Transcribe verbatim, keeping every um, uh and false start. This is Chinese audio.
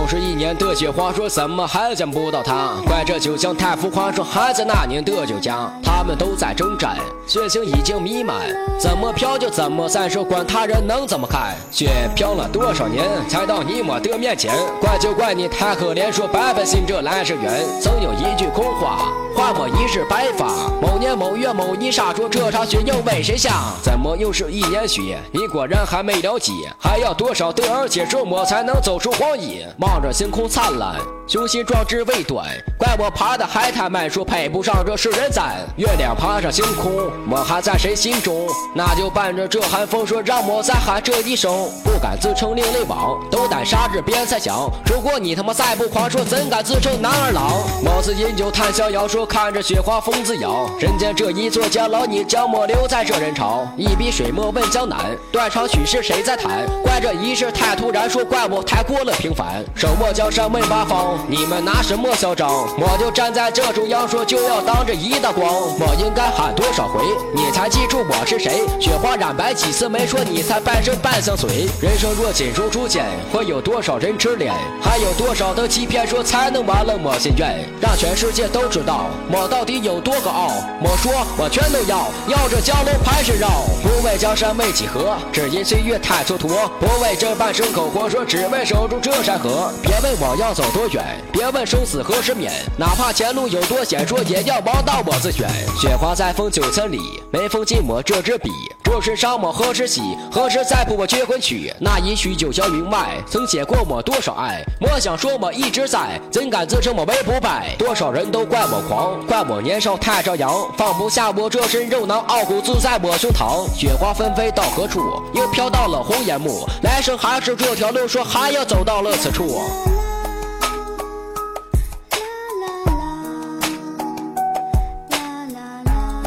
又是一年的雪花，说怎么还见不到他？怪这酒香太浮夸，说还在那年的酒家。他们都在征战，血腥已经弥漫，怎么飘就怎么散，说管他人能怎么看？雪飘了多少年，才到你我的面前？怪就怪你太可怜，说百般信这来世缘。曾有一句空话，换我一世白发。某年某月某一煞，说这场雪又为谁下？怎么又是一年雪？你果然还没了解，还要多少的而且说我才能走出荒野？望着星空灿烂，雄心壮志未短，怪我爬得还太慢，说配不上这世人赞。月亮爬上星空，我还在谁心中？那就伴着这寒风，说让我再喊这一声。不敢自称另类王，斗胆杀日边猜想。如果你他妈再不狂，说怎敢自称男儿郎？我自饮酒叹逍遥，说看着雪花风自摇。人间这一座监牢，你将我留在这人潮。一笔水墨问江南，断肠曲是谁在弹？怪这一世太突然，说怪我太过了平凡。手握江山问八方，你们拿什么嚣张？我就站在这中央，说就要当这一道光。我应该喊多少回，你才记住我是谁？雪花染白几次没说，你才半生半相随。人生若锦如初见，会有多少人痴恋？还有多少的欺骗，说才能完了我心愿？让全世界都知道我到底有多个傲。我说我全都要，要这江龙盘旋绕。不为江山为几何，只因岁月太蹉跎。不为这半生口活，说只为守住这山河。别问我要走多远，别问生死何时免，哪怕前路有多险，说也要王道我自选。雪花在风九千里，没风进我这支笔。若是伤我何时洗，何时再谱我绝魂曲？那一曲九霄云外，曾写过我多少爱。我想说我一直在，怎敢自称我为不败？多少人都怪我狂，怪我年少太张扬，放不下我这身肉囊，傲骨自在我胸膛。雪花纷飞到何处，又飘到了红颜幕。来生还是这条路，说还要走到了此处。